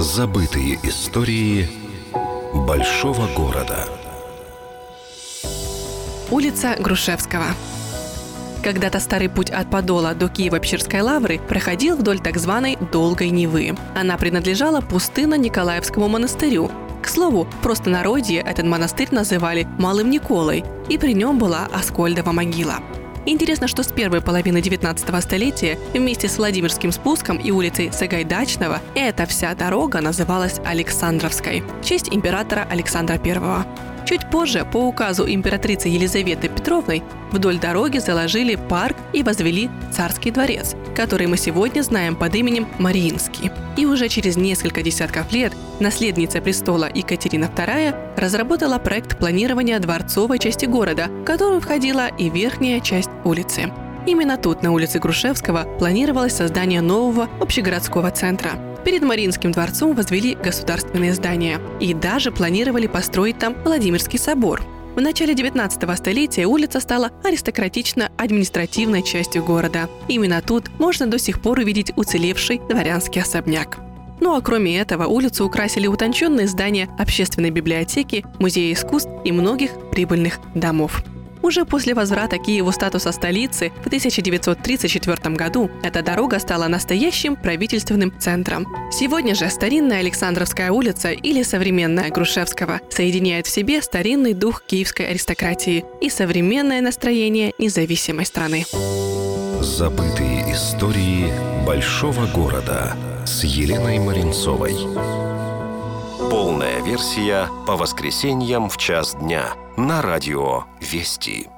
Забытые истории большого города. Улица Грушевского. Когда-то старый путь от Подола до Киево-Печерской лавры проходил вдоль так званой Долгой Невы. Она принадлежала Пустынно-Николаевскому монастырю. К слову, в простонародье этот монастырь называли Малым Николой, и при нем была Аскольдова могила. Интересно, что с первой половины 19 столетия вместе с Владимирским спуском и улицей Сагайдачного эта вся дорога называлась Александровской в честь императора Александра I. Чуть позже, по указу императрицы Елизаветы Петровны, вдоль дороги заложили парк и возвели Царский дворец, который мы сегодня знаем под именем Мариинский. И уже через несколько десятков лет наследница престола Екатерина II разработала проект планирования дворцовой части города, в которую входила и верхняя часть улицы. Именно тут, на улице Грушевского, планировалось создание нового общегородского центра. Перед Мариинским дворцом возвели государственные здания и даже планировали построить там Владимирский собор. В начале 19 столетия улица стала аристократично-административной частью города. Именно тут можно до сих пор увидеть уцелевший дворянский особняк. Ну а кроме этого, улицу украсили утонченные здания общественной библиотеки, музея искусств и многих прибыльных домов. Уже после возврата Киеву статуса столицы в 1934 году эта дорога стала настоящим правительственным центром. Сегодня же старинная Александровская улица или современная Грушевского соединяет в себе старинный дух киевской аристократии и современное настроение независимой страны. Забытые истории большого города с Еленой Маринцовой. Полная версия по воскресеньям в час дня на радио Вести.